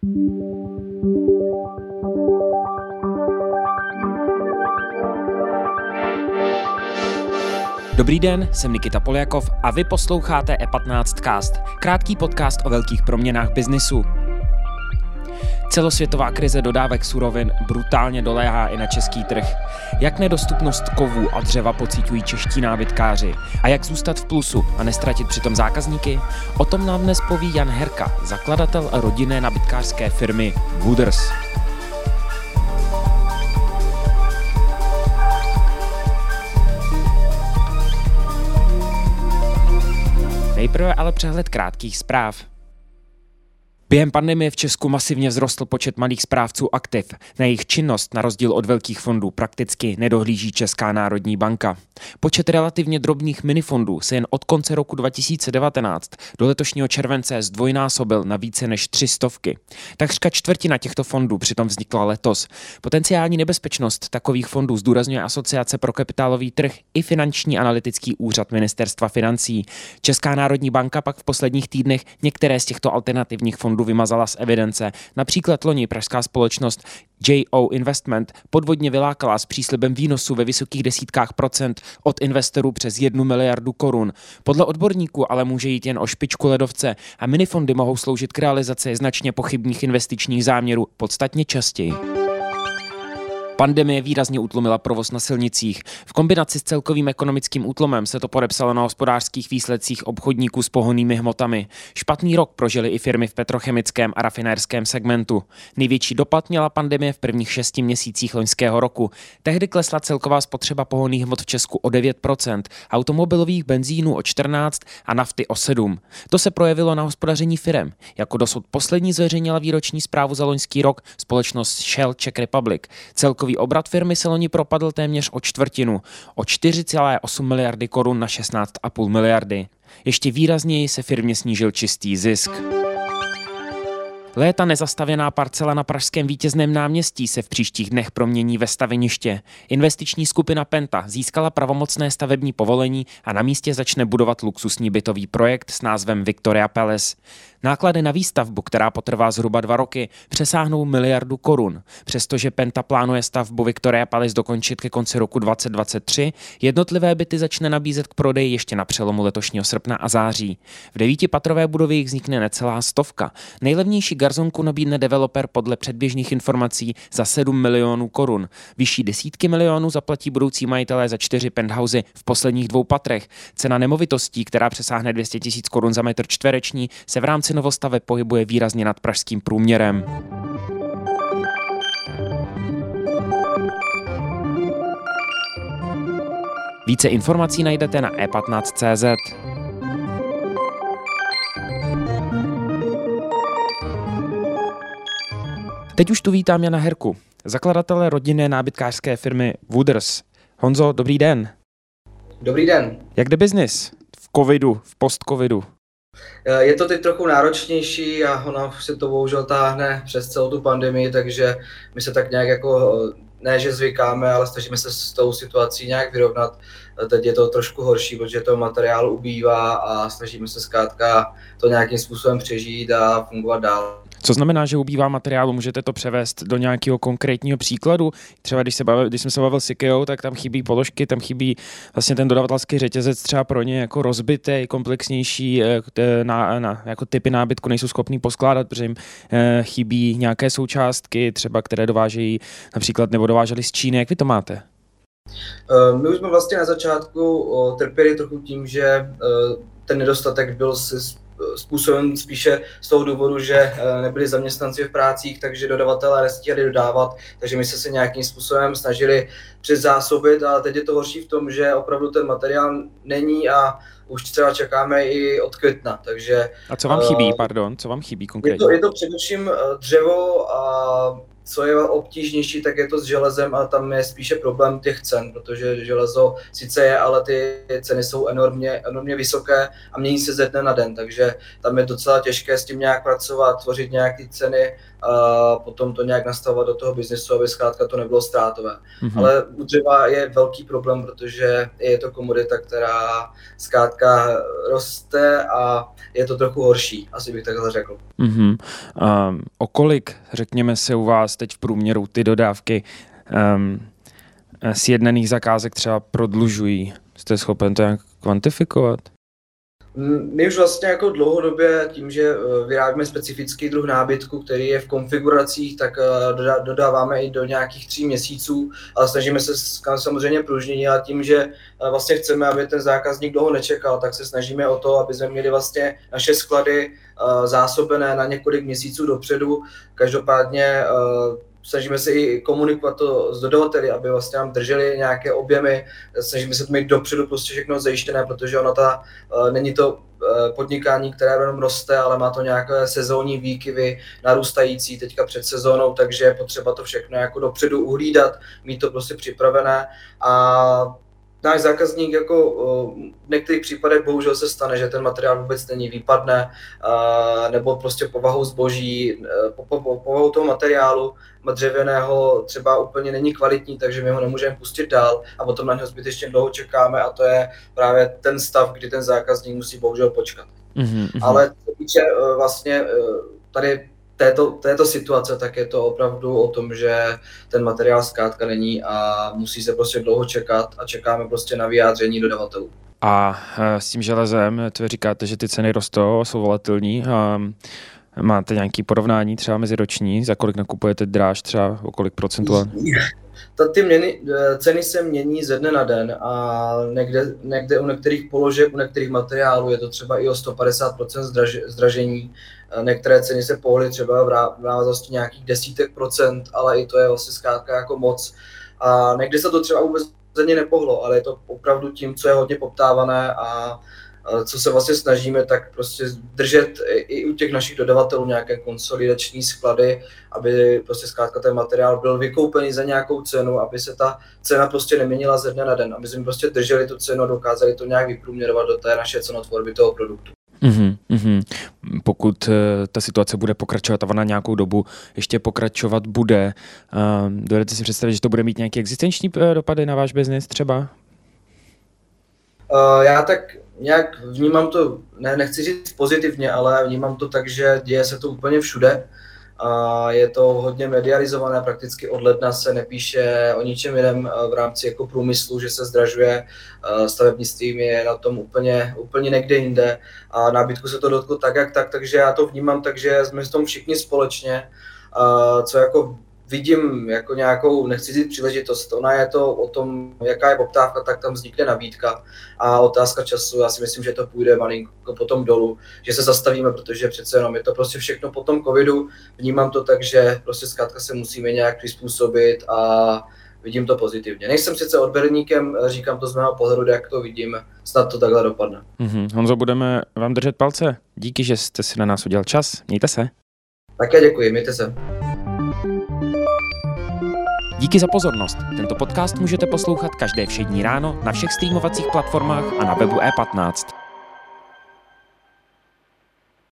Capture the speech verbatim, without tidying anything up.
Dobrý den, jsem Nikita Poljakov a vy posloucháte E patnáct Cast, krátký podcast o velkých proměnách biznisu. Celosvětová krize dodávek surovin brutálně doléhá i na český trh. Jak nedostupnost kovů a dřeva pociťují čeští nábytkáři? A jak zůstat v plusu a nestratit přitom zákazníky? O tom nám dnes poví Jan Herka, zakladatel rodinné nábytkářské firmy Wooders. Nejprve ale přehled krátkých zpráv. Během pandemie v Česku masivně vzrostl počet malých správců aktiv. Na jejich činnost, na rozdíl od velkých fondů, prakticky nedohlíží Česká národní banka. Počet relativně drobných minifondů se jen od konce roku dva tisíce devatenáct do letošního července zdvojnásobil na více než tři stovky. Takřka čtvrtina těchto fondů přitom vznikla letos. Potenciální nebezpečnost takových fondů zdůrazňuje Asociace pro kapitálový trh i Finanční analytický úřad Ministerstva financí. Česká národní banka pak v posledních týdnech některé z těchto alternativních fondů vymazala z evidence. Například loni pražská společnost J O Investment podvodně vylákala s příslibem výnosu ve vysokých desítkách procent od investorů přes jednu miliardu korun. Podle odborníků ale může jít jen o špičku ledovce a minifondy mohou sloužit k realizaci značně pochybných investičních záměrů podstatně častěji. Pandemie výrazně utlumila provoz na silnicích. V kombinaci s celkovým ekonomickým útlomem se to podepsalo na hospodářských výsledcích obchodníků s pohonnými hmotami. Špatný rok prožily i firmy v petrochemickém a rafinérském segmentu. Největší dopad měla pandemie v prvních šesti měsících loňského roku. Tehdy klesla celková spotřeba pohonných hmot v Česku o devět procent, automobilových benzínů o čtrnáct procent a nafty o sedm procent. To se projevilo na hospodaření firem. Jako dosud poslední zveřejnila výroční zprávu za loňský rok společnost Shell Czech Republic. Celkový obrat firmy se loni propadl téměř o čtvrtinu, o čtyři celé osm miliardy korun na šestnáct celé pět miliardy. Ještě výrazněji se firmě snížil čistý zisk. Léta nezastavěná parcela na pražském Vítězném náměstí se v příštích dnech promění ve staveniště. Investiční skupina Penta získala pravomocné stavební povolení a na místě začne budovat luxusní bytový projekt s názvem Victoria Palace. Náklady na výstavbu, která potrvá zhruba dva roky, přesáhnou miliardu korun. Přestože Penta plánuje stavbu Victoria Palace dokončit ke konci roku dvacet dvacet tři, jednotlivé byty začne nabízet k prodeji ještě na přelomu letošního srpna a září. V devítipatrové budově jich vznikne necelá stovka. Nejlevnější garzonku nabídne developer podle předběžných informací za sedm milionů korun. Vyšší desítky milionů zaplatí budoucí majitelé za čtyři penthousey v posledních dvou patrech. Cena nemovitostí, která přesáhne dvě stě tisíc korun za metr čtvereční, se v rámci novostaveb pohybuje výrazně nad pražským průměrem. Více informací najdete na e patnáct tečka cé zet. Teď už tu vítám Jana Herku, zakladatele rodinné nábytkářské firmy Wooders. Honzo, dobrý den. Dobrý den. Jak jde biznis v covidu, v post-covidu? Je to teď trochu náročnější a ono se to bohužel táhne přes celou tu pandemii, takže my se tak nějak jako, ne že zvykáme, ale snažíme se s tou situací nějak vyrovnat. Teď je to trošku horší, protože toho materiálu ubývá a snažíme se zkrátka to nějakým způsobem přežít a fungovat dál. Co znamená, že ubývá materiálu? Můžete to převést do nějakého konkrétního příkladu? Třeba když, se bavil, když jsme se bavili s IKEA, tak tam chybí položky, tam chybí vlastně ten dodavatelský řetězec třeba pro ně jako rozbité, komplexnější na, na, jako typy nábytku nejsou schopný poskládat, protože jim eh, chybí nějaké součástky, třeba které dovážejí například nebo dováželi z Číny. Jak vy to máte? My už jsme vlastně na začátku trpěli trochu tím, že ten nedostatek byl si způsobem spíše z toho důvodu, že nebyli zaměstnanci v prácích, takže dodavatelé nestíhali dodávat, takže my jsme se nějakým způsobem snažili předzásobit, ale teď je to horší v tom, že opravdu ten materiál není a už třeba čekáme i od května, takže... A co vám chybí, pardon, co vám chybí konkrétně? Je to, je to především dřevo a co je obtížnější, tak je to s železem a tam je spíše problém těch cen, protože železo sice je, ale ty ceny jsou enormně, enormně vysoké a mění se ze dne na den, takže tam je docela těžké s tím nějak pracovat, tvořit nějaké ceny a potom to nějak nastavovat do toho biznesu, aby zkrátka to nebylo ztrátové. Mm-hmm. Ale u dřeva je velký problém, protože je to komodita, která zkrátka roste a je to trochu horší, asi bych takhle řekl. Mm-hmm. Um, o kolik, řekněme se u vás teď v průměru ty dodávky um, sjednaných zakázek třeba prodlužují? Jste schopen to nějak kvantifikovat? My už vlastně jako dlouhodobě tím, že vyrábíme specifický druh nábytku, který je v konfiguracích, tak dodáváme i do nějakých tří měsíců, ale snažíme se samozřejmě pružněji a tím, že vlastně chceme, aby ten zákazník dlouho nečekal, tak se snažíme o to, aby jsme měli vlastně naše sklady zásobené na několik měsíců dopředu. Každopádně snažíme se i komunikovat to s dodavateli, aby vlastně nám drželi nějaké objemy, snažíme se to mít dopředu prostě všechno zajištěné, protože ono ta, není to podnikání, které jenom roste, ale má to nějaké sezónní výkyvy narůstající teďka před sezónou, takže je potřeba to všechno jako dopředu uhlídat, mít to prostě připravené a náš zákazník jako v některých případech bohužel se stane, že ten materiál vůbec není, výpadne, nebo prostě povahou zboží, povahou toho materiálu dřevěného třeba úplně není kvalitní, takže my ho nemůžeme pustit dál a potom na něho zbytečně dlouho čekáme a to je právě ten stav, kdy ten zákazník musí bohužel počkat. Mm-hmm. Ale co týče vlastně tady této, této situace, tak je to opravdu o tom, že ten materiál zkrátka není a musí se prostě dlouho čekat a čekáme prostě na vyjádření dodavatelů. A s tím železem, to říkáte, že ty ceny rostou, jsou volatilní. Máte nějaké porovnání třeba meziroční, za kolik nakupujete dráž, třeba o kolik procentuálně? Ty měny, ceny se mění ze dne na den a někde, někde u některých položek, u některých materiálů je to třeba i o sto padesát procent zdraž, zdražení. Některé ceny se pohly třeba v návaznosti nějakých desítek procent, ale i to je vlastně zkrátka jako moc. A někdy se to třeba vůbec nepohlo, ale je to opravdu tím, co je hodně poptávané a co se vlastně snažíme, tak prostě držet i u těch našich dodavatelů nějaké konsolidační sklady, aby prostě zkrátka ten materiál byl vykoupený za nějakou cenu, aby se ta cena prostě neměnila ze dne na den, aby jsme prostě drželi tu cenu a dokázali to nějak vyprůměrovat do té naše cenotvorby toho produktu. Uhum, uhum. Pokud uh, ta situace bude pokračovat a ona nějakou dobu ještě pokračovat bude, uh, dovedete si představit, že to bude mít nějaké existenční uh, dopady na váš biznis třeba? Uh, já tak nějak vnímám to, ne, nechci říct pozitivně, ale vnímám to tak, že děje se to úplně všude. A je to hodně medializované, prakticky od ledna se nepíše o ničem jiném v rámci jako průmyslu, že se zdražuje, stavebnictví je na tom úplně, úplně někde jinde a nábytku se to dotklo tak jak tak, takže já to vnímám tak, že jsme v tom všichni společně, co jako vidím jako nějakou, nechci říct příležitost, ona je to o tom, jaká je poptávka, tak tam vznikne nabídka a otázka času, já si myslím, že to půjde malinko potom dolů, že se zastavíme, protože přece jenom je to prostě všechno po tom covidu, vnímám to tak, že prostě zkrátka se musíme nějak přizpůsobit a vidím to pozitivně. Nejsem sice odborníkem, říkám to z mého pohledu, jak to vidím, snad to takhle dopadne. Mm-hmm. Honzo, budeme vám držet palce. Díky, že jste si na nás udělal čas. Mějte se. Také děkuji, mějte se. Díky za pozornost. Tento podcast můžete poslouchat každé všední ráno na všech streamovacích platformách a na webu E patnáct.